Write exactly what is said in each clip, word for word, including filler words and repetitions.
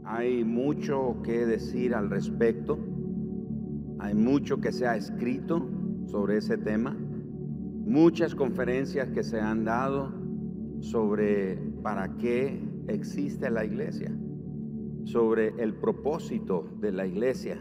Hay mucho que decir al respecto. Hay mucho que se ha escrito sobre ese tema. Muchas conferencias que se han dado sobre para qué existe la iglesia, sobre el propósito de la iglesia.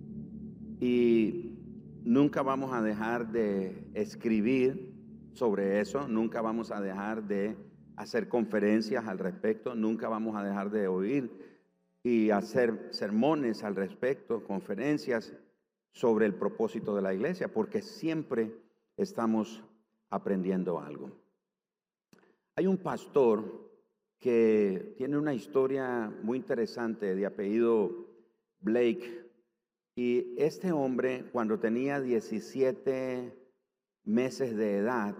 Y nunca vamos a dejar de escribir sobre eso, nunca vamos a dejar de hacer conferencias al respecto, nunca vamos a dejar de oír y hacer sermones al respecto, conferencias sobre el propósito de la iglesia, porque siempre estamos aprendiendo algo. Hay un pastor que tiene una historia muy interesante de apellido Blake, y este hombre, cuando tenía diecisiete meses de edad,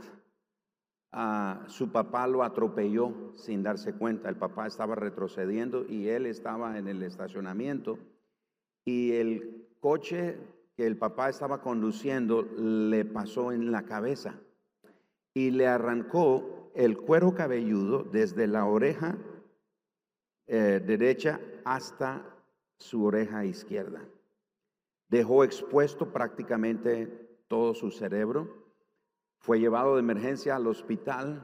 Uh, su papá lo atropelló sin darse cuenta. El papá estaba retrocediendo y él estaba en el estacionamiento, y el coche que el papá estaba conduciendo le pasó en la cabeza y le arrancó el cuero cabelludo desde la oreja eh, derecha hasta su oreja izquierda. Dejó expuesto prácticamente todo su cerebro. Fue llevado de emergencia al hospital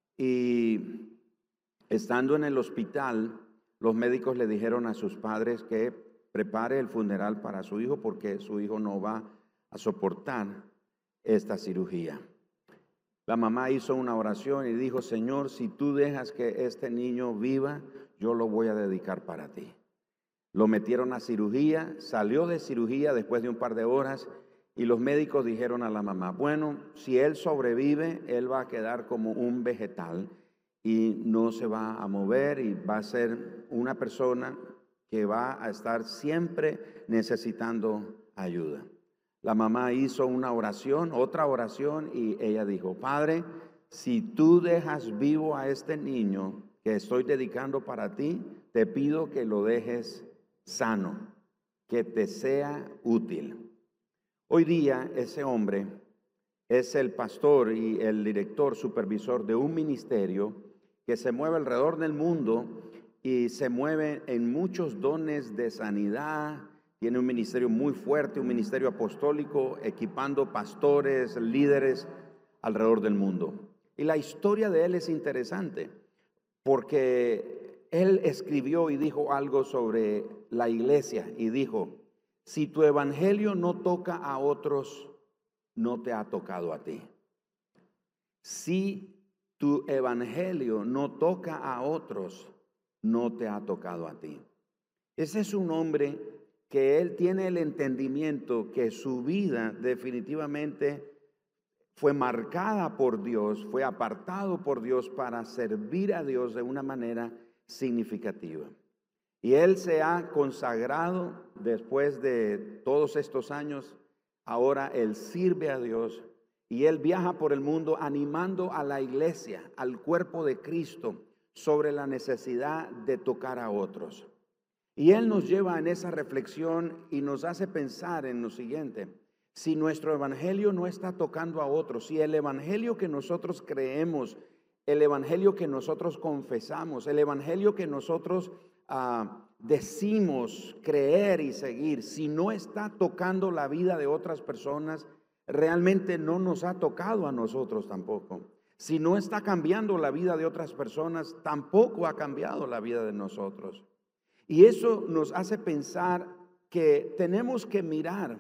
y estando en el hospital, los médicos le dijeron a sus padres que prepare el funeral para su hijo porque su hijo no va a soportar esta cirugía. La mamá hizo una oración y dijo: Señor, si tú dejas que este niño viva, yo lo voy a dedicar para ti. Lo metieron a cirugía, salió de cirugía después de un par de horas. Y los médicos dijeron a la mamá: bueno, si él sobrevive, él va a quedar como un vegetal y no se va a mover y va a ser una persona que va a estar siempre necesitando ayuda. La mamá hizo una oración, otra oración, y ella dijo: Padre, si tú dejas vivo a este niño que estoy dedicando para ti, te pido que lo dejes sano, que te sea útil. Hoy día ese hombre es el pastor y el director supervisor de un ministerio que se mueve alrededor del mundo y se mueve en muchos dones de sanidad. Tiene un ministerio muy fuerte, un ministerio apostólico, equipando pastores, líderes alrededor del mundo. Y la historia de él es interesante porque él escribió y dijo algo sobre la iglesia y dijo: si tu evangelio no toca a otros, no te ha tocado a ti. Si tu evangelio no toca a otros, no te ha tocado a ti. Ese es un hombre que él tiene el entendimiento que su vida definitivamente fue marcada por Dios, fue apartado por Dios para servir a Dios de una manera significativa. Y él se ha consagrado después de todos estos años. Ahora él sirve a Dios y él viaja por el mundo animando a la iglesia, al cuerpo de Cristo, sobre la necesidad de tocar a otros. Y él nos lleva en esa reflexión y nos hace pensar en lo siguiente: si nuestro evangelio no está tocando a otros, si el evangelio que nosotros creemos, el evangelio que nosotros confesamos, el evangelio que nosotros Uh, decimos creer y seguir, si no está tocando la vida de otras personas, realmente no nos ha tocado a nosotros tampoco. Si no está cambiando la vida de otras personas, tampoco ha cambiado la vida de nosotros. Y eso nos hace pensar que tenemos que mirar,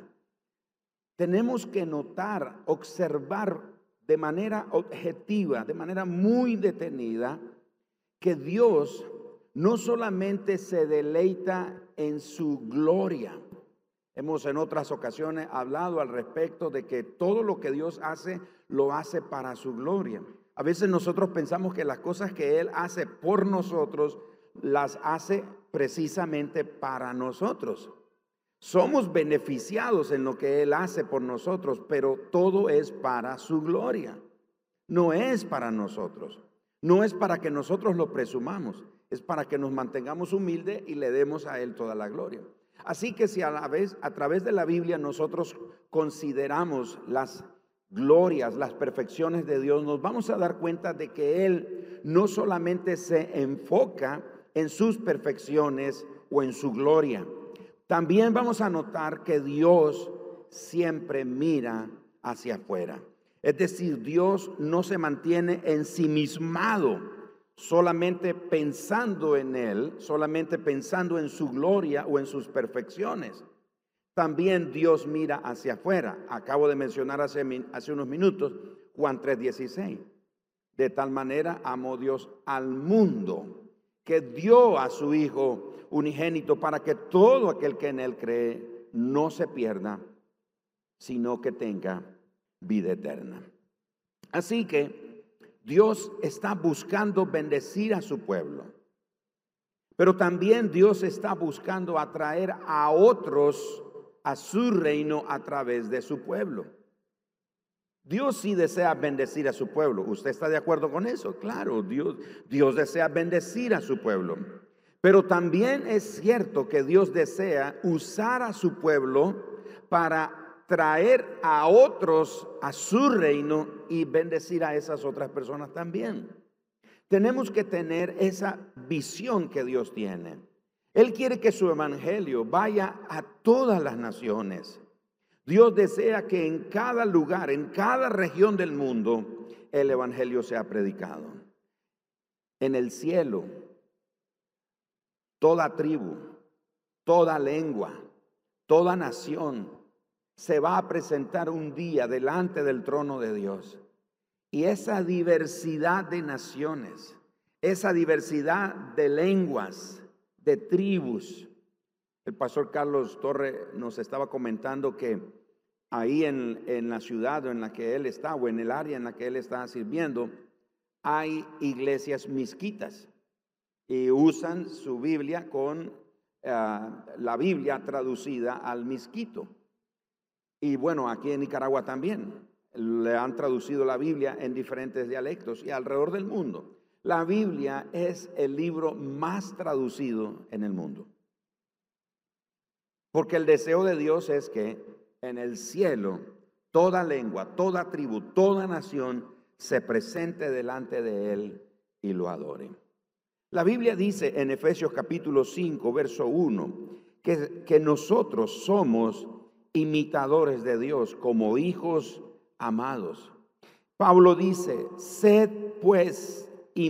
tenemos que notar, observar de manera objetiva, de manera muy detenida, que Dios no solamente se deleita en su gloria. Hemos en otras ocasiones hablado al respecto de que todo lo que Dios hace, lo hace para su gloria. A veces nosotros pensamos que las cosas que Él hace por nosotros, las hace precisamente para nosotros. Somos beneficiados en lo que Él hace por nosotros, pero todo es para su gloria. No es para nosotros. No es para que nosotros lo presumamos. Es para que nos mantengamos humildes y le demos a Él toda la gloria. Así que si a la vez, a través de la Biblia, nosotros consideramos las glorias, las perfecciones de Dios, nos vamos a dar cuenta de que Él no solamente se enfoca en sus perfecciones, o en su gloria. También vamos a notar que Dios siempre mira hacia afuera. Es decir, Dios no se mantiene ensimismado, solamente pensando en Él, solamente pensando en su gloria o en sus perfecciones. También Dios mira hacia afuera. Acabo de mencionar hace, hace unos minutos Juan tres dieciséis. De tal manera amó Dios al mundo, que dio a su Hijo unigénito, para que todo aquel que en Él cree no se pierda, sino que tenga vida eterna. Así que Dios está buscando bendecir a su pueblo, pero también Dios está buscando atraer a otros a su reino a través de su pueblo. Dios sí desea bendecir a su pueblo. ¿Usted está de acuerdo con eso? Claro, Dios, Dios desea bendecir a su pueblo. Pero también es cierto que Dios desea usar a su pueblo para traer a otros a su reino y bendecir a esas otras personas también. Tenemos que tener esa visión que Dios tiene. Él quiere que su evangelio vaya a todas las naciones. Dios desea que en cada lugar, en cada región del mundo, el evangelio sea predicado. En el cielo, toda tribu, toda lengua, toda nación se va a presentar un día delante del trono de Dios. Y esa diversidad de naciones, esa diversidad de lenguas, de tribus. El pastor Carlos Torre nos estaba comentando que ahí en, en la ciudad en la que él está, o en el área en la que él está sirviendo, hay iglesias mezquitas y usan su Biblia con uh, la Biblia traducida al mezquito. Y bueno, aquí en Nicaragua también le han traducido la Biblia en diferentes dialectos y alrededor del mundo. La Biblia es el libro más traducido en el mundo. Porque el deseo de Dios es que en el cielo toda lengua, toda tribu, toda nación se presente delante de Él y lo adore. La Biblia dice en Efesios capítulo cinco, verso uno, que, que nosotros somos imitadores de Dios como hijos amados. Pablo dice, sed pues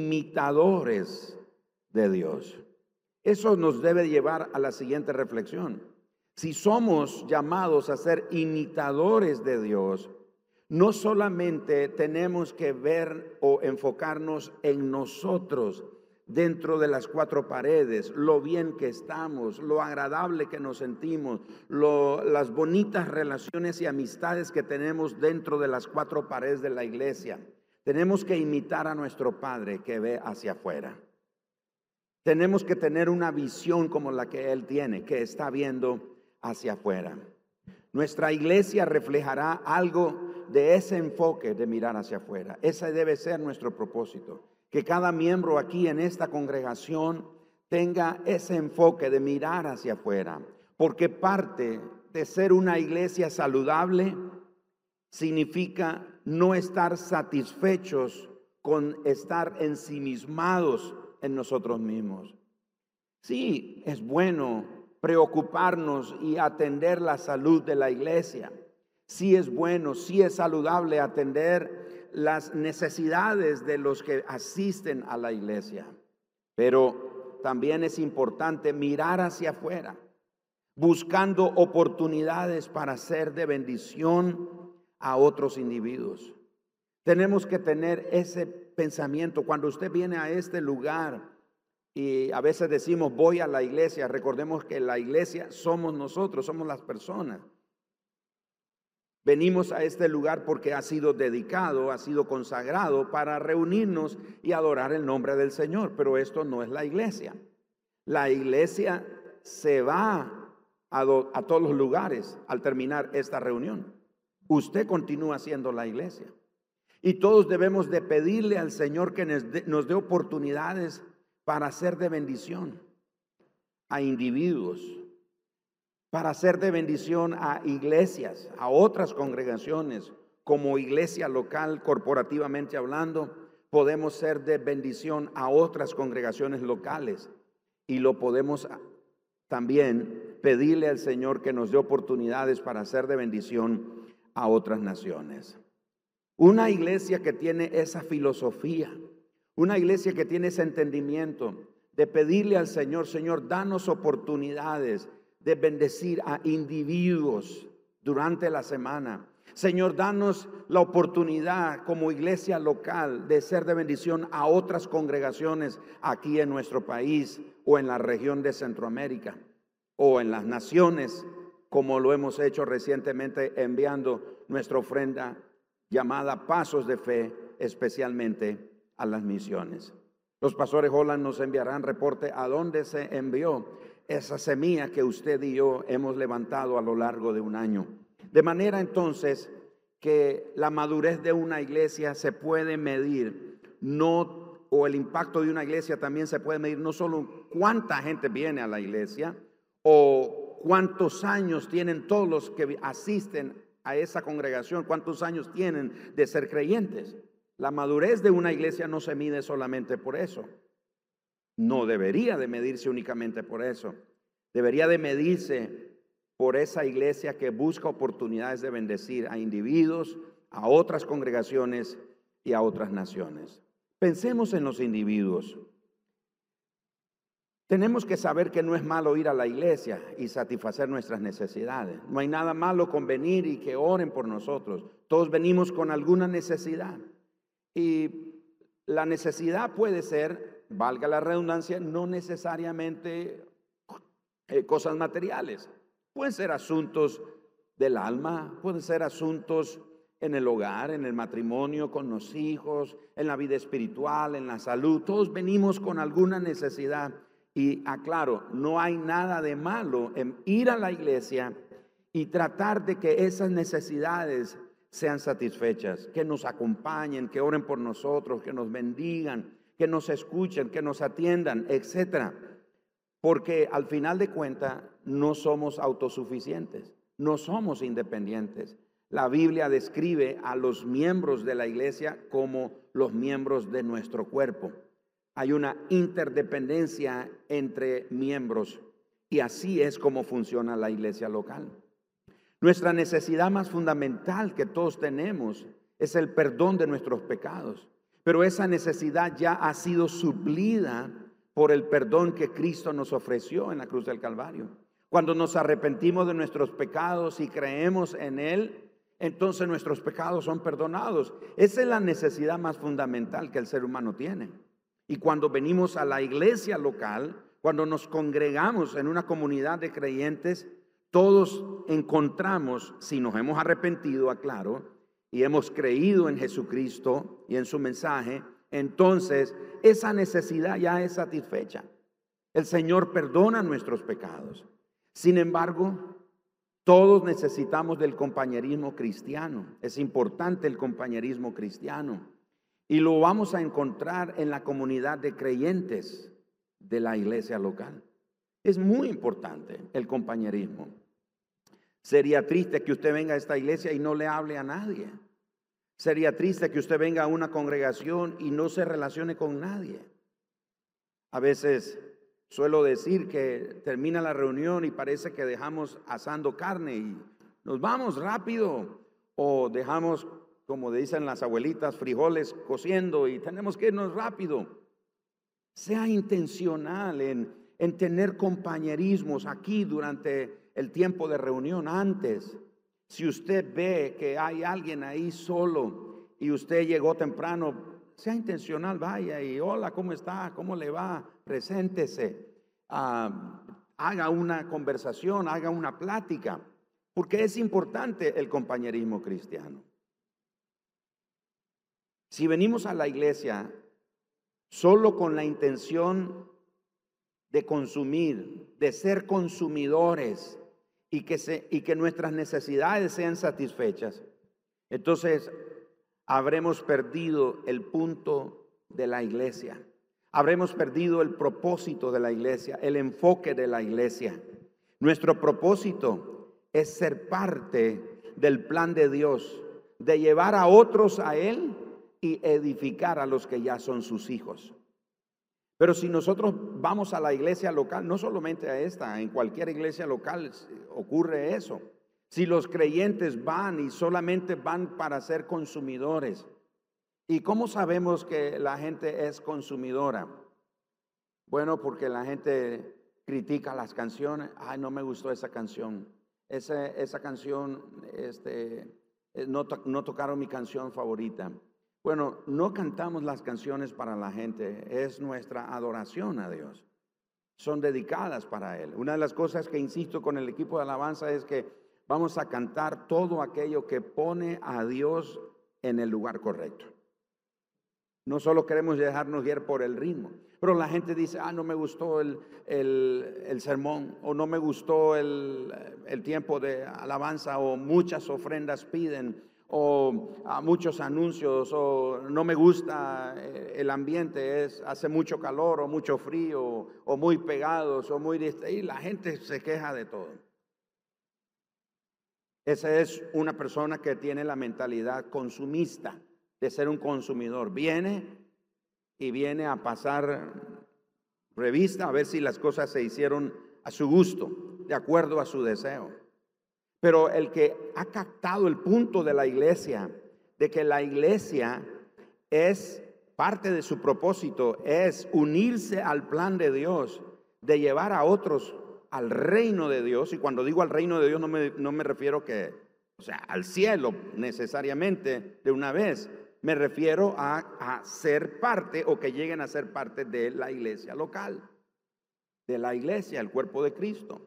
imitadores de Dios. Eso nos debe llevar a la siguiente reflexión. Si somos llamados a ser imitadores de Dios, no solamente tenemos que ver o enfocarnos en nosotros dentro de las cuatro paredes, lo bien que estamos, lo agradable que nos sentimos, lo, las bonitas relaciones y amistades que tenemos dentro de las cuatro paredes de la iglesia. Tenemos que imitar a nuestro Padre que ve hacia afuera. Tenemos que tener una visión como la que Él tiene, que está viendo hacia afuera. Nuestra iglesia reflejará algo de ese enfoque de mirar hacia afuera. Ese debe ser nuestro propósito. Que cada miembro aquí en esta congregación tenga ese enfoque de mirar hacia afuera. Porque parte de ser una iglesia saludable significa no estar satisfechos con estar ensimismados en nosotros mismos. Sí, es bueno preocuparnos y atender la salud de la iglesia. Sí es bueno, sí es saludable atender las necesidades de los que asisten a la iglesia. Pero también es importante mirar hacia afuera, buscando oportunidades para ser de bendición a otros individuos. Tenemos que tener ese pensamiento. Cuando usted viene a este lugar y a veces decimos voy a la iglesia, recordemos que la iglesia somos nosotros, somos las personas. Venimos a este lugar porque ha sido dedicado, ha sido consagrado para reunirnos y adorar el nombre del Señor. Pero esto no es la iglesia. La iglesia se va a, do, a todos los lugares al terminar esta reunión. Usted continúa siendo la iglesia. Y todos debemos de pedirle al Señor que nos dé, nos dé oportunidades para ser de bendición a individuos, para ser de bendición a iglesias, a otras congregaciones. Como iglesia local, corporativamente hablando, podemos ser de bendición a otras congregaciones locales y lo podemos también pedirle al Señor que nos dé oportunidades para ser de bendición a otras naciones. Una iglesia que tiene esa filosofía, una iglesia que tiene ese entendimiento de pedirle al Señor, Señor, danos oportunidades de bendecir a individuos durante la semana. Señor, danos la oportunidad como iglesia local de ser de bendición a otras congregaciones aquí en nuestro país o en la región de Centroamérica o en las naciones, como lo hemos hecho recientemente enviando nuestra ofrenda llamada Pasos de Fe, especialmente a las misiones. Los pastores Holland nos enviarán reporte a dónde se envió esa semilla que usted y yo hemos levantado a lo largo de un año. De manera entonces que la madurez de una iglesia se puede medir, no, o el impacto de una iglesia también se puede medir, no solo cuánta gente viene a la iglesia o cuántos años tienen todos los que asisten a esa congregación, cuántos años tienen de ser creyentes. La madurez de una iglesia no se mide solamente por eso. No debería de medirse únicamente por eso. Debería de medirse por esa iglesia que busca oportunidades de bendecir a individuos, a otras congregaciones y a otras naciones. Pensemos en los individuos. Tenemos que saber que no es malo ir a la iglesia y satisfacer nuestras necesidades. No hay nada malo con venir y que oren por nosotros. Todos venimos con alguna necesidad. Y la necesidad puede ser, valga la redundancia, no necesariamente eh, cosas materiales. Pueden ser asuntos del alma, pueden ser asuntos en el hogar, en el matrimonio, con los hijos, en la vida espiritual, en la salud. Todos venimos con alguna necesidad. Y aclaro, no hay nada de malo en ir a la iglesia y tratar de que esas necesidades sean satisfechas, que nos acompañen, que oren por nosotros, que nos bendigan, que nos escuchen, que nos atiendan, etcétera. Porque al final de cuentas no somos autosuficientes, no somos independientes. La Biblia describe a los miembros de la iglesia como los miembros de nuestro cuerpo. Hay una interdependencia entre miembros y así es como funciona la iglesia local. Nuestra necesidad más fundamental que todos tenemos es el perdón de nuestros pecados, pero esa necesidad ya ha sido suplida por el perdón que Cristo nos ofreció en la cruz del Calvario. Cuando nos arrepentimos de nuestros pecados y creemos en Él, entonces nuestros pecados son perdonados. Esa es la necesidad más fundamental que el ser humano tiene. Y cuando venimos a la iglesia local, cuando nos congregamos en una comunidad de creyentes, todos encontramos, si nos hemos arrepentido, aclaro, y hemos creído en Jesucristo y en su mensaje, entonces esa necesidad ya es satisfecha. El Señor perdona nuestros pecados. Sin embargo, todos necesitamos del compañerismo cristiano. Es importante el compañerismo cristiano. Y lo vamos a encontrar en la comunidad de creyentes de la iglesia local. Es muy importante el compañerismo. Sería triste que usted venga a esta iglesia y no le hable a nadie. Sería triste que usted venga a una congregación y no se relacione con nadie. A veces suelo decir que termina la reunión y parece que dejamos asando carne y nos vamos rápido, o dejamos, como dicen las abuelitas, frijoles cociendo y tenemos que irnos rápido. Sea intencional en, en tener compañerismos aquí durante el tiempo de reunión. Antes, si usted ve que hay alguien ahí solo y usted llegó temprano, sea intencional, vaya y hola, ¿cómo está? ¿Cómo le va? Preséntese, uh, haga una conversación, haga una plática, porque es importante el compañerismo cristiano. Si venimos a la iglesia solo con la intención de consumir, de ser consumidores y que, se, y que nuestras necesidades sean satisfechas, entonces habremos perdido el punto de la iglesia. Habremos perdido el propósito de la iglesia, el enfoque de la iglesia. Nuestro propósito es ser parte del plan de Dios, de llevar a otros a Él y edificar a los que ya son sus hijos. Pero si nosotros vamos a la iglesia local, no solamente a esta, en cualquier iglesia local ocurre eso. Si los creyentes van y solamente van para ser consumidores. ¿Y cómo sabemos que la gente es consumidora? Bueno, porque la gente critica las canciones. Ay, no me gustó esa canción. Esa, esa canción, este, no, to, no tocaron mi canción favorita. Bueno, no cantamos las canciones para la gente, es nuestra adoración a Dios. Son dedicadas para Él. Una de las cosas que insisto con el equipo de alabanza es que vamos a cantar todo aquello que pone a Dios en el lugar correcto. No solo queremos dejarnos guiar por el ritmo, pero la gente dice, ah, no me gustó el, el, el sermón, o no me gustó el, el tiempo de alabanza, o muchas ofrendas piden, o a muchos anuncios, o no me gusta el ambiente, es, hace mucho calor o mucho frío, o muy pegados o muy distraídos. Y la gente se queja de todo. Esa es una persona que tiene la mentalidad consumista, de ser un consumidor. Viene y viene a pasar revista a ver si las cosas se hicieron a su gusto, de acuerdo a su deseo. Pero el que ha captado el punto de la iglesia, de que la iglesia es parte de su propósito, es unirse al plan de Dios, de llevar a otros al reino de Dios. Y cuando digo al reino de Dios no me, no me refiero que, o sea, al cielo necesariamente de una vez. Me refiero a, a ser parte o que lleguen a ser parte de la iglesia local, de la iglesia, el cuerpo de Cristo.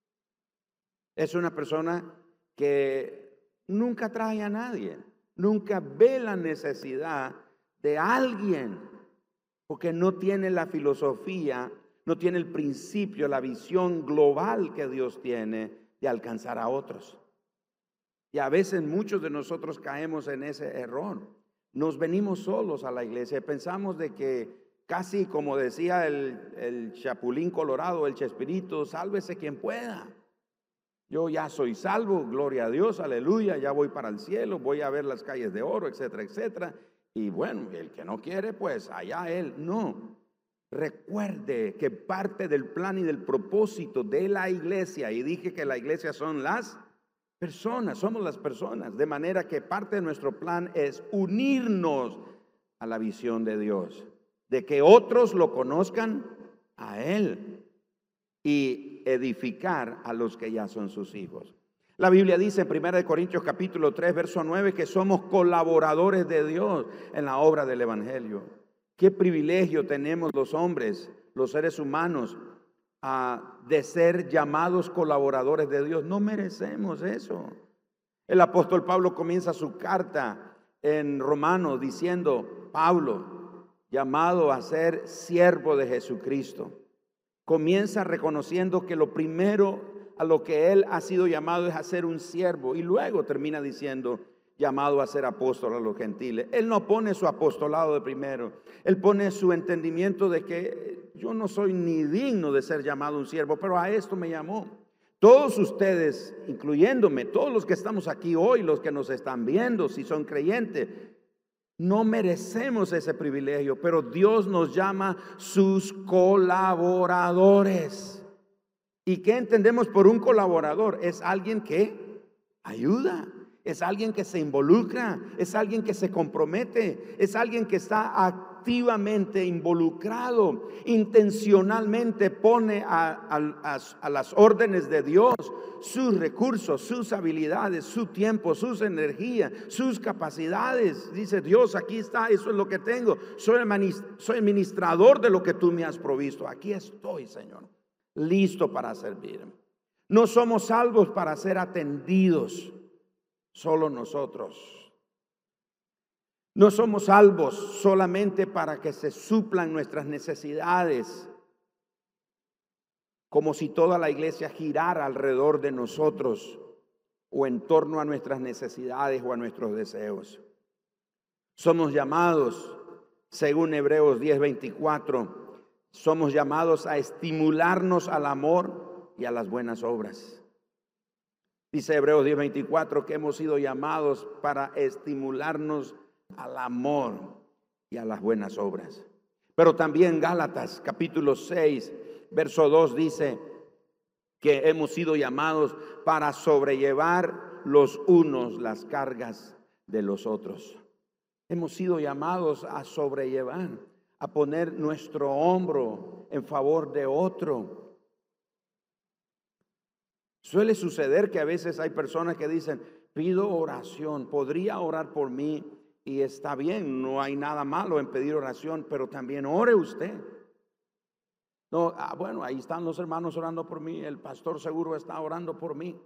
Es una persona que nunca trae a nadie, nunca ve la necesidad de alguien, porque no tiene la filosofía, no tiene el principio, la visión global que Dios tiene de alcanzar a otros. Y a veces muchos de nosotros caemos en ese error. Nos venimos solos a la iglesia y pensamos de que casi como decía el, el Chapulín Colorado, el Chespirito, sálvese quien pueda. Yo ya soy salvo, gloria a Dios, aleluya, ya voy para el cielo, voy a ver las calles de oro, etcétera, etcétera. Y bueno, el que no quiere, pues allá él. No, recuerde que parte del plan y del propósito de la iglesia, y dije que la iglesia son las personas, somos las personas, de manera que parte de nuestro plan es unirnos a la visión de Dios, de que otros lo conozcan a Él y edificar a los que ya son sus hijos. La Biblia dice en primera de Corintios capítulo tres, verso nueve, que somos colaboradores de Dios en la obra del evangelio. Qué privilegio tenemos los hombres, los seres humanos, a, de ser llamados colaboradores de Dios. No merecemos eso. El apóstol Pablo comienza su carta en Romanos diciendo, Pablo, llamado a ser siervo de Jesucristo. Comienza reconociendo que lo primero a lo que él ha sido llamado es a ser un siervo, y luego termina diciendo, llamado a ser apóstol a los gentiles. Él no pone su apostolado de primero, él pone su entendimiento de que yo no soy ni digno de ser llamado un siervo, pero a esto me llamó. Todos ustedes, incluyéndome, todos los que estamos aquí hoy, los que nos están viendo, si son creyentes, no merecemos ese privilegio, pero Dios nos llama sus colaboradores. ¿Y qué entendemos por un colaborador? Es alguien que ayuda, es alguien que se involucra, es alguien que se compromete, es alguien que está activamente involucrado, intencionalmente pone a, a, a, a las órdenes de Dios sus recursos, sus habilidades, su tiempo, sus energías, sus capacidades. Dice Dios, aquí está, eso es lo que tengo, soy el, soy administrador de lo que tú me has provisto. Aquí estoy, Señor, listo para servir. No somos salvos para ser atendidos solo nosotros. No somos salvos solamente para que se suplan nuestras necesidades, como si toda la iglesia girara alrededor de nosotros o en torno a nuestras necesidades o a nuestros deseos. Somos llamados, según Hebreos diez veinticuatro, somos llamados a estimularnos al amor y a las buenas obras. Dice Hebreos diez veinticuatro que hemos sido llamados para estimularnos al amor y a las buenas obras. Pero también Gálatas capítulo seis, verso dos dice que hemos sido llamados para sobrellevar los unos las cargas de los otros. Hemos sido llamados a sobrellevar, a poner nuestro hombro en favor de otro. Suele suceder que a veces hay personas que dicen, pido oración, podría orar por mí, y está bien, no hay nada malo en pedir oración, pero también ore usted. No, ah, bueno, ahí están los hermanos orando por mí, el pastor seguro está orando por mí.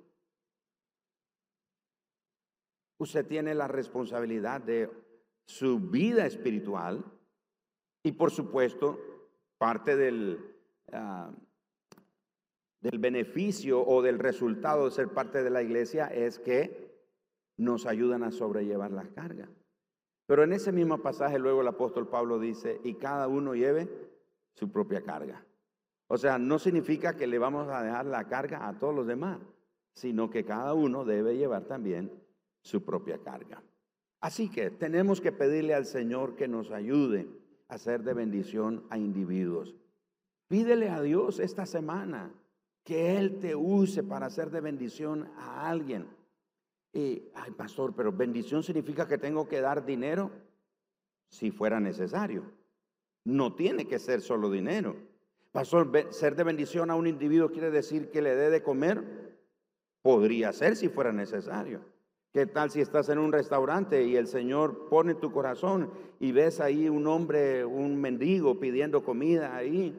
Usted tiene la responsabilidad de su vida espiritual y por supuesto parte del, uh, del beneficio o del resultado de ser parte de la iglesia es que nos ayudan a sobrellevar la carga. Pero en ese mismo pasaje luego el apóstol Pablo dice, y cada uno lleve su propia carga. O sea, no significa que le vamos a dejar la carga a todos los demás, sino que cada uno debe llevar también su propia carga. Así que tenemos que pedirle al Señor que nos ayude a ser de bendición a individuos. Pídele a Dios esta semana que Él te use para ser de bendición a alguien. Y, ay, pastor, pero bendición significa que tengo que dar dinero si fuera necesario. No tiene que ser solo dinero. Pastor, ser de bendición a un individuo quiere decir que le dé de comer. Podría ser si fuera necesario. ¿Qué tal si estás en un restaurante y el Señor pone en tu corazón y ves ahí un hombre, un mendigo pidiendo comida ahí?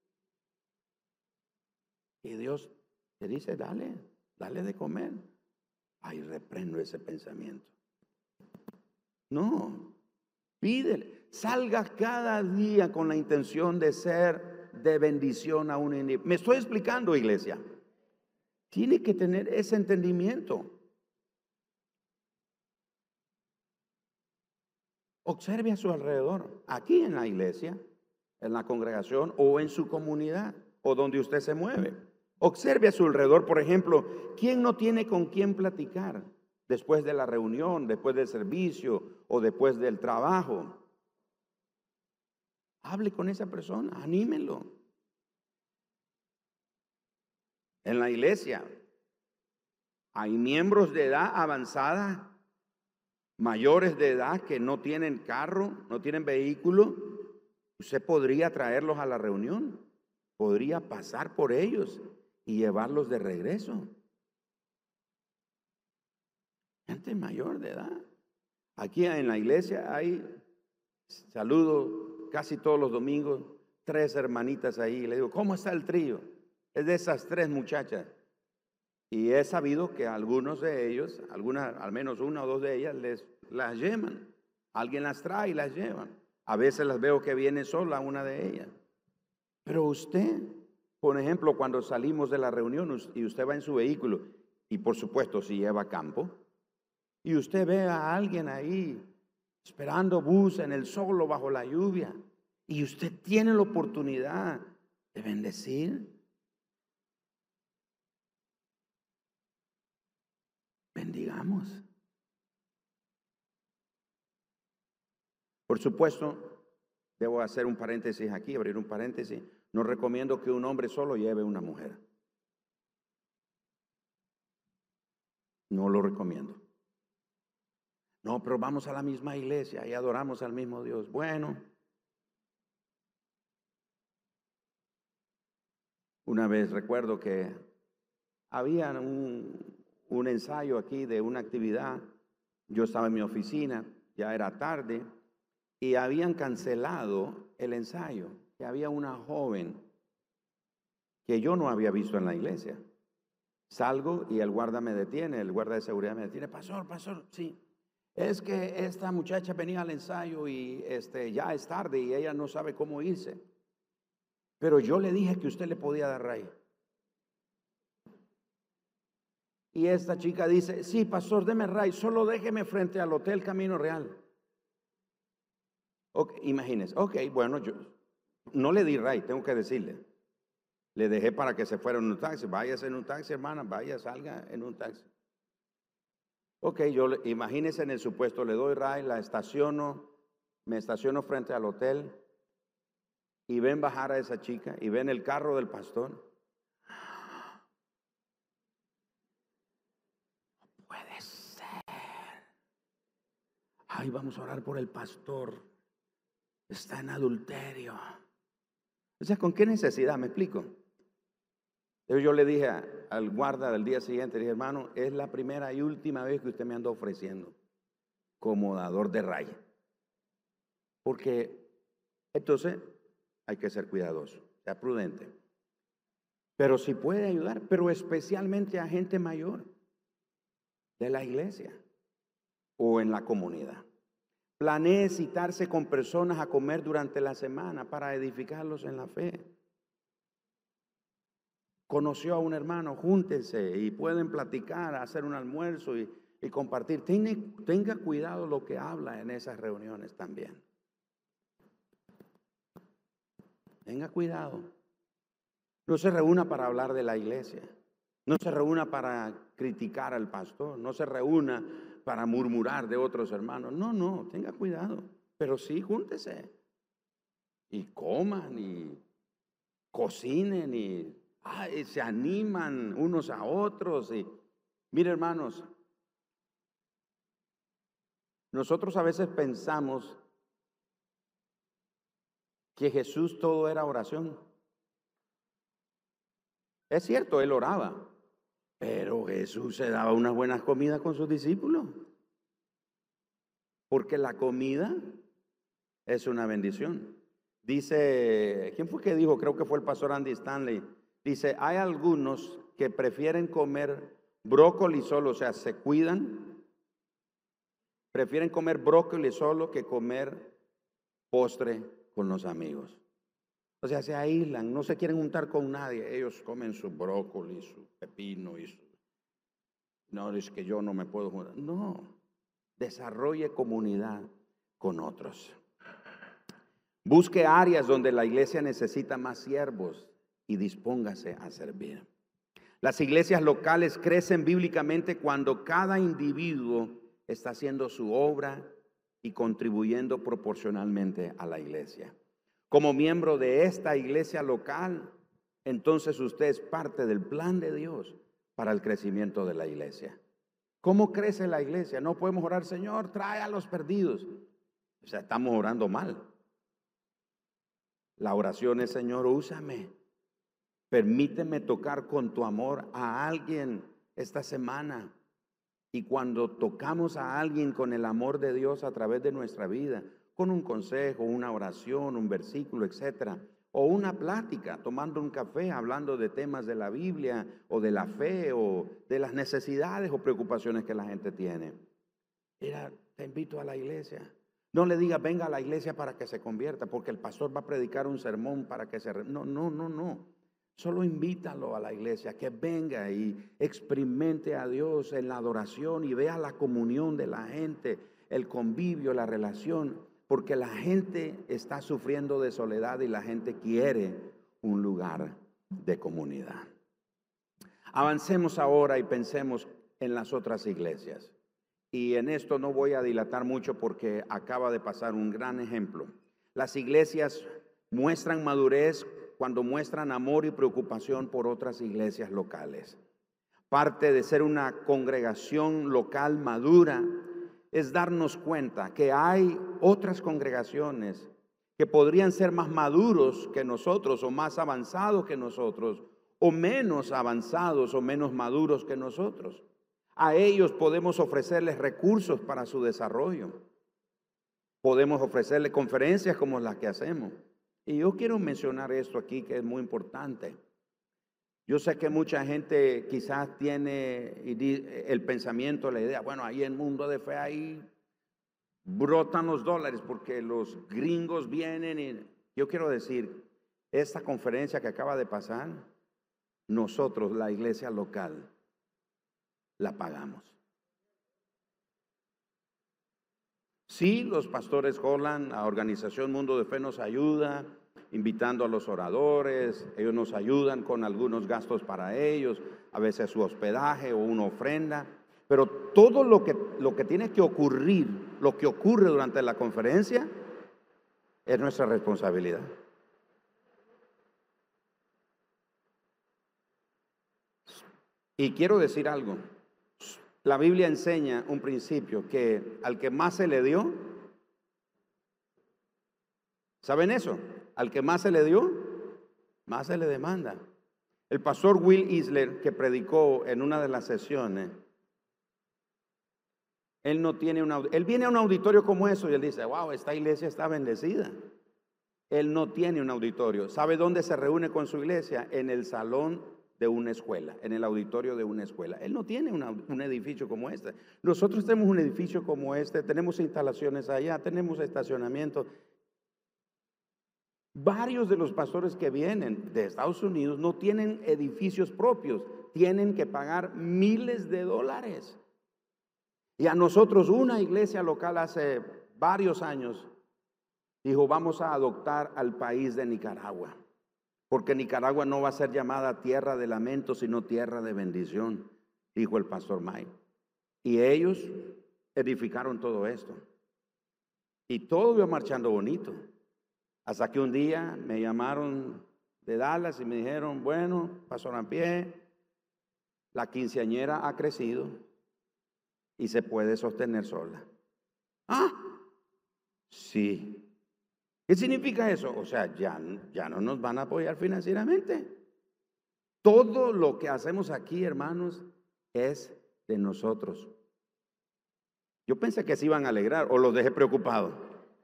Y Dios te dice, dale, dale de comer. Ay, reprendo ese pensamiento. No, pídele. Salga cada día con la intención de ser de bendición a un individuo. ¿Me estoy explicando, iglesia? Tiene que tener ese entendimiento. Observe a su alrededor, aquí en la iglesia, en la congregación o en su comunidad o donde usted se mueve. Observe a su alrededor, por ejemplo, ¿quién no tiene con quién platicar después de la reunión, después del servicio o después del trabajo? Hable con esa persona, anímelo. En la iglesia hay miembros de edad avanzada, mayores de edad que no tienen carro, no tienen vehículo. Usted podría traerlos a la reunión, podría pasar por ellos y llevarlos de regreso. Gente mayor de edad. Aquí en la iglesia hay, saludo casi todos los domingos, tres hermanitas ahí. Le digo, ¿cómo está el trío? Es de esas tres muchachas. Y he sabido que algunos de ellos, algunas, al menos una o dos de ellas, les las llevan. Alguien las trae y las llevan. A veces las veo que viene sola una de ellas. Pero usted, por ejemplo, cuando salimos de la reunión y usted va en su vehículo, y por supuesto si lleva campo, y usted ve a alguien ahí esperando bus en el sol o bajo la lluvia, y usted tiene la oportunidad de bendecir, bendigamos. Por supuesto, debo hacer un paréntesis aquí, abrir un paréntesis. No recomiendo que un hombre solo lleve una mujer. No lo recomiendo. No, pero vamos a la misma iglesia y adoramos al mismo Dios. Bueno, una vez recuerdo que había un, un ensayo aquí de una actividad. Yo estaba en mi oficina, ya era tarde, y habían cancelado el ensayo. Que había una joven que yo no había visto en la iglesia. Salgo y el guarda me detiene, el guarda de seguridad me detiene. Pastor, pastor, sí. Es que esta muchacha venía al ensayo y este, ya es tarde y ella no sabe cómo irse. Pero yo le dije que usted le podía dar ray. Y esta chica dice, sí, pastor, deme ray, solo déjeme frente al Hotel Camino Real. Okay, imagínese, ok, bueno, yo no le di ray, tengo que decirle. Le dejé para que se fuera en un taxi. Váyase en un taxi, hermana, vaya, salga en un taxi. Ok, yo imagínese en el supuesto, le doy ray, la estaciono, me estaciono frente al hotel. y ven bajar a esa chica y ven el carro del pastor. No puede ser. Ay, vamos a orar por el pastor. Está en adulterio. O sea, ¿con qué necesidad? ¿Me explico? Yo le dije a, al guarda del día siguiente, le dije, hermano, es la primera y última vez que usted me anda ofreciendo como dador de raya. Porque entonces hay que ser cuidadoso, sea prudente. Pero si puede ayudar, pero especialmente a gente mayor de la iglesia o en la comunidad. Planee citarse con personas a comer durante la semana para edificarlos en la fe. Conoció a un hermano, júntense y pueden platicar, hacer un almuerzo y, y compartir. Tenga, tenga cuidado lo que habla en esas reuniones también. Tenga cuidado. No se reúna para hablar de la iglesia. No se reúna para criticar al pastor. No se reúna para murmurar de otros hermanos. No, no, tenga cuidado. Pero sí, júntese. Y coman y cocinen y... Ay, se animan unos a otros. Y mire, hermanos, nosotros a veces pensamos que Jesús todo era oración. Es cierto, él oraba, pero Jesús se daba unas buenas comidas con sus discípulos, porque la comida es una bendición. Dice, ¿quién fue que dijo? Creo que fue el pastor Andy Stanley. Dice, hay algunos que prefieren comer brócoli solo, o sea, se cuidan, prefieren comer brócoli solo que comer postre con los amigos. O sea, se aíslan, no se quieren juntar con nadie. Ellos comen su brócoli, su pepino y su... No, es que yo no me puedo juntar. No, desarrolle comunidad con otros. Busque áreas donde la iglesia necesita más siervos y dispóngase a servir. Las iglesias locales crecen bíblicamente cuando cada individuo está haciendo su obra y contribuyendo proporcionalmente a la iglesia. Como miembro de esta iglesia local, entonces usted es parte del plan de Dios para el crecimiento de la iglesia. ¿Cómo crece la iglesia? No podemos orar, Señor, trae a los perdidos. O sea, estamos orando mal. La oración es, Señor, úsame. Permíteme tocar con tu amor a alguien esta semana. Y cuando tocamos a alguien con el amor de Dios a través de nuestra vida, con un consejo, una oración, un versículo, etcétera, o una plática, tomando un café, hablando de temas de la Biblia o de la fe o de las necesidades o preocupaciones que la gente tiene. Mira, te invito a la iglesia. No le digas, venga a la iglesia para que se convierta, porque el pastor va a predicar un sermón para que se... No, no, no, no. Solo invítalo a la iglesia, que venga y experimente a Dios en la adoración y vea la comunión de la gente, el convivio, la relación, porque la gente está sufriendo de soledad y la gente quiere un lugar de comunidad. Avancemos ahora y pensemos en las otras iglesias. Y en esto no voy a dilatar mucho porque acaba de pasar un gran ejemplo. Las iglesias muestran madurez cuando muestran amor y preocupación por otras iglesias locales. Parte de ser una congregación local madura es darnos cuenta que hay otras congregaciones que podrían ser más maduros que nosotros o más avanzados que nosotros o menos avanzados o menos maduros que nosotros. A ellos podemos ofrecerles recursos para su desarrollo. Podemos ofrecerles conferencias como las que hacemos. Y yo quiero mencionar esto aquí que es muy importante. Yo sé que mucha gente quizás tiene el pensamiento, la idea, bueno, ahí en el mundo de fe ahí brotan los dólares porque los gringos vienen. Y yo quiero decir, esta conferencia que acaba de pasar, nosotros, la iglesia local, la pagamos. Sí, los pastores Holland, la organización Mundo de Fe nos ayuda, invitando a los oradores, ellos nos ayudan con algunos gastos para ellos, a veces su hospedaje o una ofrenda, pero todo lo que, lo que tiene que ocurrir, lo que ocurre durante la conferencia, es nuestra responsabilidad. Y quiero decir algo. La Biblia enseña un principio que al que más se le dio, ¿saben eso? Al que más se le dio, más se le demanda. El pastor Will Isler, que predicó en una de las sesiones, él no tiene una, él viene a un auditorio como eso y él dice, wow, esta iglesia está bendecida. Él no tiene un auditorio. ¿Sabe dónde se reúne con su iglesia? En el salón de una escuela, en el auditorio de una escuela. Él no tiene una, un edificio como este. Nosotros tenemos un edificio como este, tenemos instalaciones allá, tenemos estacionamiento. Varios de los pastores que vienen de Estados Unidos no tienen edificios propios, tienen que pagar miles de dólares. Y a nosotros una iglesia local hace varios años dijo, vamos a adoptar al país de Nicaragua, porque Nicaragua no va a ser llamada tierra de lamento, sino tierra de bendición, dijo el pastor Mike. Y ellos edificaron todo esto. Y todo iba marchando bonito. Hasta que un día me llamaron de Dallas y me dijeron, bueno, pastor Ampie, la quinceañera ha crecido y se puede sostener sola. Ah, sí. ¿Qué significa eso? O sea, ya, ya no nos van a apoyar financieramente. Todo lo que hacemos aquí, hermanos, es de nosotros. Yo pensé que se iban a alegrar o los dejé preocupados.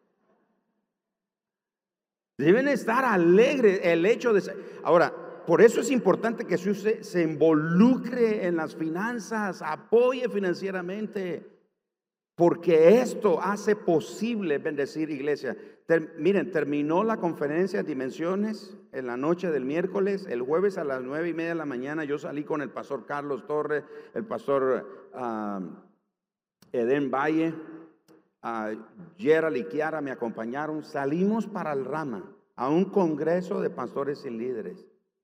Deben estar alegres el hecho de ser. Ahora, por eso es importante que usted se involucre en las finanzas, apoye financieramente, porque esto hace posible bendecir iglesia. Ter, miren, terminó la conferencia de Dimensiones en la noche del miércoles. El jueves a las nueve y media de la mañana yo salí con el pastor Carlos Torres, el pastor uh, Eden Valle, uh, Gerald y Kiara me acompañaron. Salimos para el Rama a un congreso de pastores y líderes.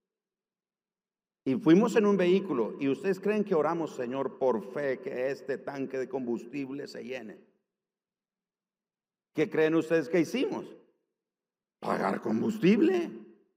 Y fuimos en un vehículo. Y ustedes creen que oramos, Señor, por fe, que este tanque de combustible se llene. ¿Qué creen ustedes que hicimos? Pagar combustible.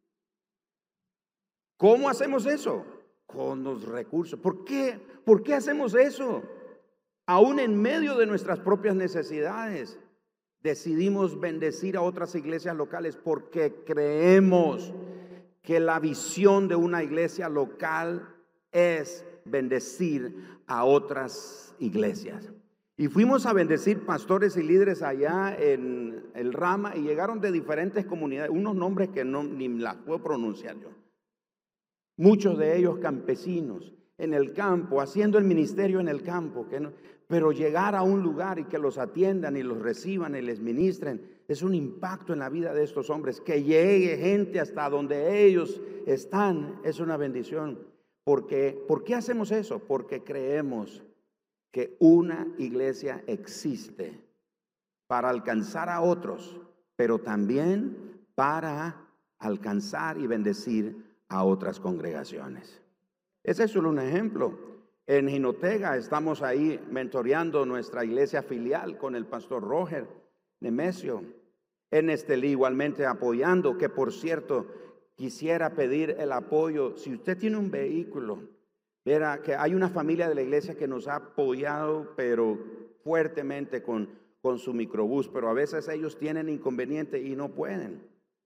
¿Cómo hacemos eso? Con los recursos. ¿Por qué? ¿Por qué hacemos eso? Aún en medio de nuestras propias necesidades, decidimos bendecir a otras iglesias locales porque creemos que la visión de una iglesia local es bendecir a otras iglesias. Y fuimos a bendecir pastores y líderes allá en el Rama y llegaron de diferentes comunidades, unos nombres que no, ni las puedo pronunciar yo. Muchos de ellos campesinos, en el campo, haciendo el ministerio en el campo, que no, pero llegar a un lugar y que los atiendan y los reciban y les ministren, es un impacto en la vida de estos hombres. Que llegue gente hasta donde ellos están, es una bendición. Porque, ¿por qué hacemos eso? Porque creemos que una iglesia existe para alcanzar a otros, pero también para alcanzar y bendecir a otras congregaciones. Ese es solo un ejemplo. En Jinotega estamos ahí mentoreando nuestra iglesia filial con el pastor Roger Nemesio. En Estelí igualmente apoyando, que por cierto quisiera pedir el apoyo. Si usted tiene un vehículo, verá que hay una familia de la iglesia que nos ha apoyado pero fuertemente con, con su microbús, pero a veces ellos tienen inconveniente y no pueden.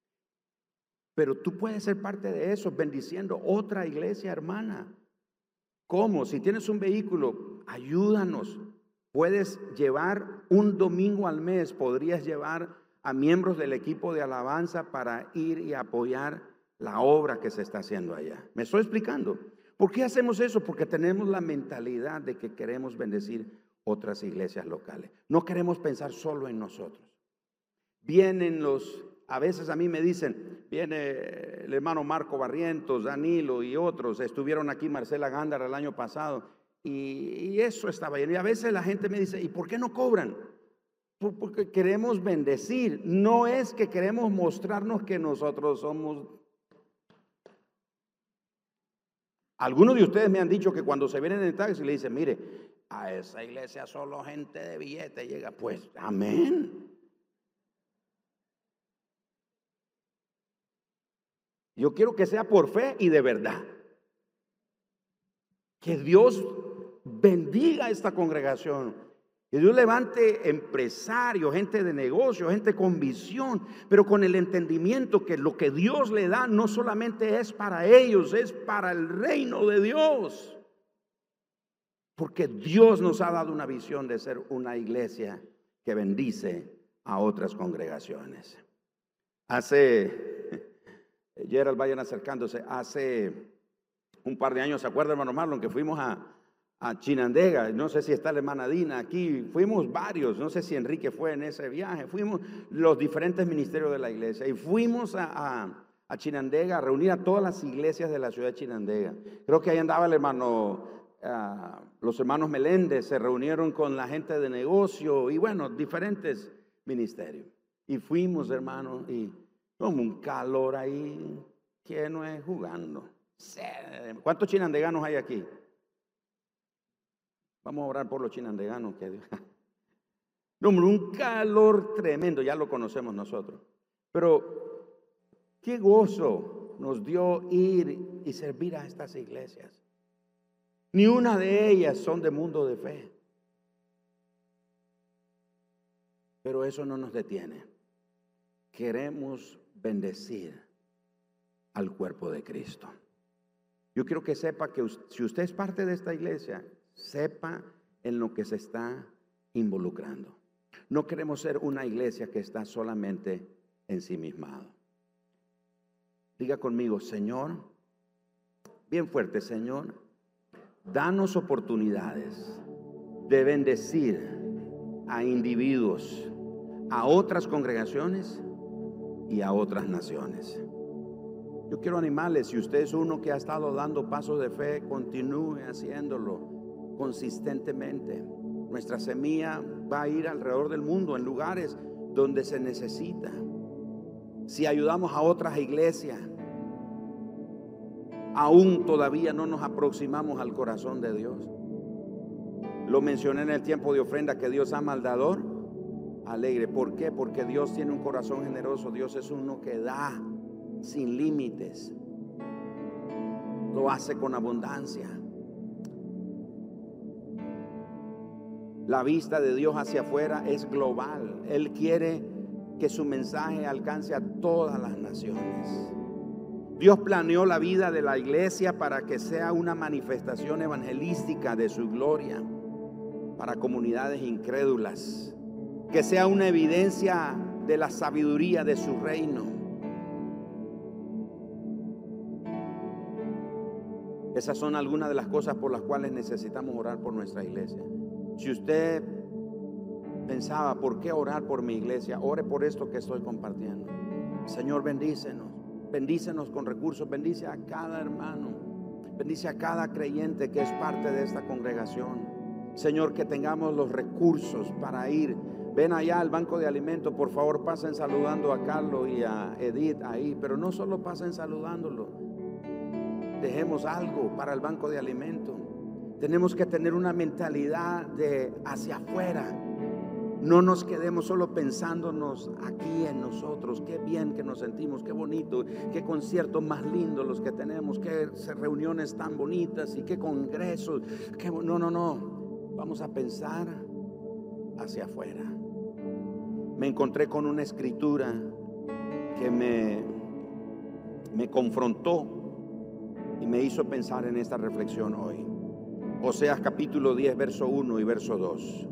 Pero tú puedes ser parte de eso, bendiciendo otra iglesia hermana. ¿Cómo? Si tienes un vehículo, ayúdanos. Puedes llevar un domingo al mes, podrías llevar a miembros del equipo de alabanza para ir y apoyar la obra que se está haciendo allá. ¿Me estoy explicando? ¿Por qué hacemos eso? Porque tenemos la mentalidad de que queremos bendecir otras iglesias locales. No queremos pensar solo en nosotros. Vienen los... A veces a mí me dicen, viene el hermano Marco Barrientos, Danilo y otros, estuvieron aquí, Marcela Gándara el año pasado, y, y eso estaba lleno. Y a veces la gente me dice, ¿y por qué no cobran? Porque queremos bendecir, no es que queremos mostrarnos que nosotros somos. Algunos de ustedes me han dicho que cuando se vienen en el taxi le dicen, mire, a esa iglesia solo gente de billete llega. Pues, amén. Yo quiero que sea por fe y de verdad. Que Dios bendiga esta congregación. Que Dios levante empresarios, gente de negocio, gente con visión, pero con el entendimiento que lo que Dios le da no solamente es para ellos, es para el reino de Dios. Porque Dios nos ha dado una visión de ser una iglesia que bendice a otras congregaciones. Hace, Gerald, vayan acercándose, hace un par de años, ¿se acuerda, hermano Marlon, que fuimos a, a Chinandega? No sé si está la hermana Dina aquí, fuimos varios, no sé si Enrique fue en ese viaje, fuimos los diferentes ministerios de la iglesia y fuimos a, a, a Chinandega a reunir a todas las iglesias de la ciudad de Chinandega. Creo que ahí andaba el hermano... Uh, los hermanos Meléndez, se reunieron con la gente de negocio y bueno, diferentes ministerios. Y fuimos, hermanos, y como un calor ahí que no es jugando. ¿Cuántos chinandeganos hay aquí? Vamos a orar por los chinandeganos. Que... No, un calor tremendo, ya lo conocemos nosotros. Pero qué gozo nos dio ir y servir a estas iglesias. Ni una de ellas son de mundo de fe. Pero eso no nos detiene. Queremos bendecir al cuerpo de Cristo. Yo quiero que sepa que si usted es parte de esta iglesia, sepa en lo que se está involucrando. No queremos ser una iglesia que está solamente ensimismada. Diga conmigo, Señor, bien fuerte, Señor, danos oportunidades de bendecir a individuos, a otras congregaciones y a otras naciones. Yo quiero animarles, si usted es uno que ha estado dando pasos de fe, continúe haciéndolo consistentemente. Nuestra semilla va a ir alrededor del mundo, en lugares donde se necesita. Si ayudamos a otras iglesias, aún todavía no nos aproximamos al corazón de Dios. Lo mencioné en el tiempo de ofrenda, que Dios ama al dador alegre. ¿Por qué? Porque Dios tiene un corazón generoso. Dios es uno que da sin límites. Lo hace con abundancia. La vista de Dios hacia afuera es global. Él quiere que su mensaje alcance a todas las naciones. Dios planeó la vida de la iglesia para que sea una manifestación evangelística de su gloria para comunidades incrédulas, que sea una evidencia de la sabiduría de su reino. Esas son algunas de las cosas por las cuales necesitamos orar por nuestra iglesia. Si usted pensaba, ¿por qué orar por mi iglesia? Ore por esto que estoy compartiendo. Señor, bendícenos. Bendícenos con recursos, bendice a cada hermano, bendice a cada creyente que es parte de esta congregación. Señor, que tengamos los recursos para ir. Ven allá al banco de alimentos, por favor, pasen saludando a Carlos y a Edith ahí, pero no solo pasen saludándolo. Dejemos algo para el banco de alimentos. Tenemos que tener una mentalidad de hacia afuera. No nos quedemos solo pensándonos aquí en nosotros. Qué bien que nos sentimos, qué bonito, qué conciertos más lindos los que tenemos, qué reuniones tan bonitas y qué congresos. Qué, no, no, no. Vamos a pensar hacia afuera. Me encontré con una escritura que me, me confrontó y me hizo pensar en esta reflexión hoy. Oseas capítulo diez, verso uno y verso dos.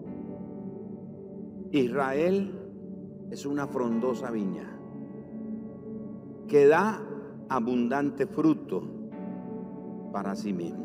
Israel es una frondosa viña que da abundante fruto para sí mismo.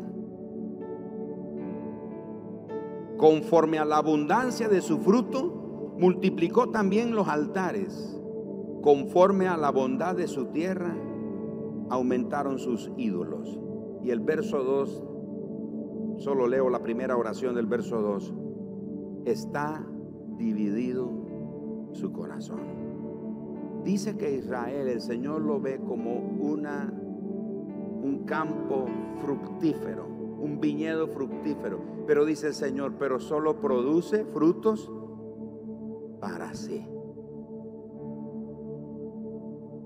Conforme a la abundancia de su fruto, multiplicó también los altares. Conforme a la bondad de su tierra, aumentaron sus ídolos. Y el verso dos, solo leo la primera oración del verso dos. Está dividido su corazón. Dice que Israel, el Señor lo ve como una, un campo fructífero, un viñedo fructífero. Pero dice el Señor, pero solo produce frutos para sí.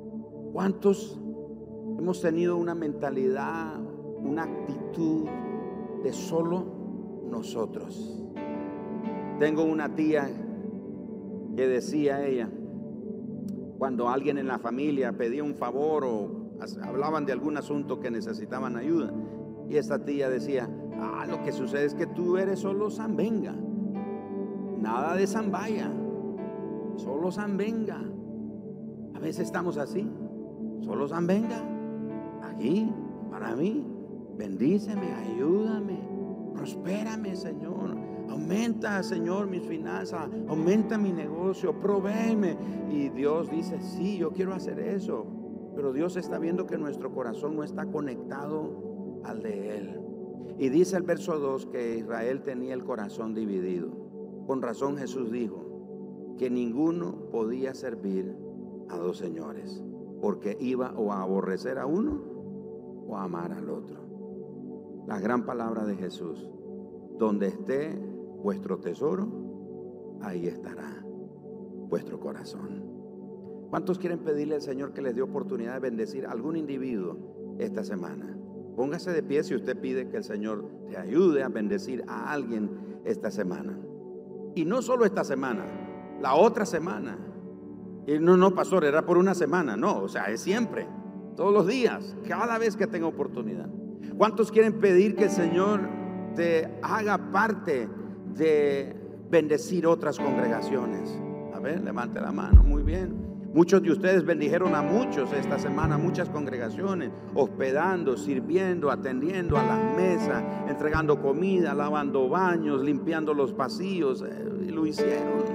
¿Cuántos hemos tenido una mentalidad, una actitud de solo nosotros. Tengo una tía que decía ella, cuando alguien en la familia pedía un favor o hablaban de algún asunto que necesitaban ayuda, y esta tía decía: ah, lo que sucede es que tú eres solo zambenga, nada de zambaya, solo zambenga. A veces estamos así, solo zambenga, aquí, para mí, bendíceme, ayúdame, prospérame, Señor, aumenta, Señor, mis finanzas, aumenta mi negocio, provéeme. Y Dios dice: sí, yo quiero hacer eso, pero Dios está viendo que nuestro corazón no está conectado al de Él. Y dice el verso dos que Israel tenía el corazón dividido. Con razón Jesús dijo que ninguno podía servir a dos señores, porque iba o a aborrecer a uno o a amar al otro. La gran palabra de Jesús: donde esté vuestro tesoro, ahí estará vuestro corazón. ¿Cuántos quieren pedirle al Señor que les dé oportunidad de bendecir a algún individuo esta semana? Póngase de pie si usted pide que el Señor te ayude a bendecir a alguien esta semana. Y no solo esta semana, la otra semana. Y no, no, pastor, era por una semana. No, o sea, es siempre, todos los días, cada vez que tenga oportunidad. ¿Cuántos quieren pedir que el Señor te haga parte de bendecir otras congregaciones? A ver, levante la mano. Muy bien. Muchos de ustedes bendijeron a muchos esta semana, muchas congregaciones, hospedando, sirviendo, atendiendo a las mesas, entregando comida, lavando baños, limpiando los pasillos. Eh, lo hicieron.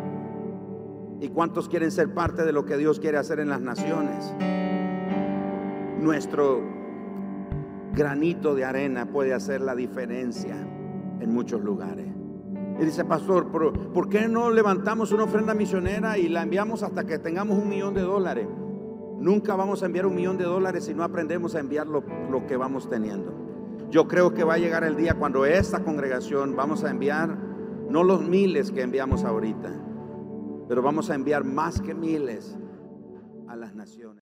¿Y cuántos quieren ser parte de lo que Dios quiere hacer en las naciones? Nuestro granito de arena puede hacer la diferencia en muchos lugares. Y dice: pastor, ¿por, ¿por qué no levantamos una ofrenda misionera y la enviamos hasta que tengamos un millón de dólares? Nunca vamos a enviar un millón de dólares si no aprendemos a enviar lo, lo que vamos teniendo. Yo creo que va a llegar el día cuando esta congregación vamos a enviar no los miles que enviamos ahorita, pero vamos a enviar más que miles a las naciones.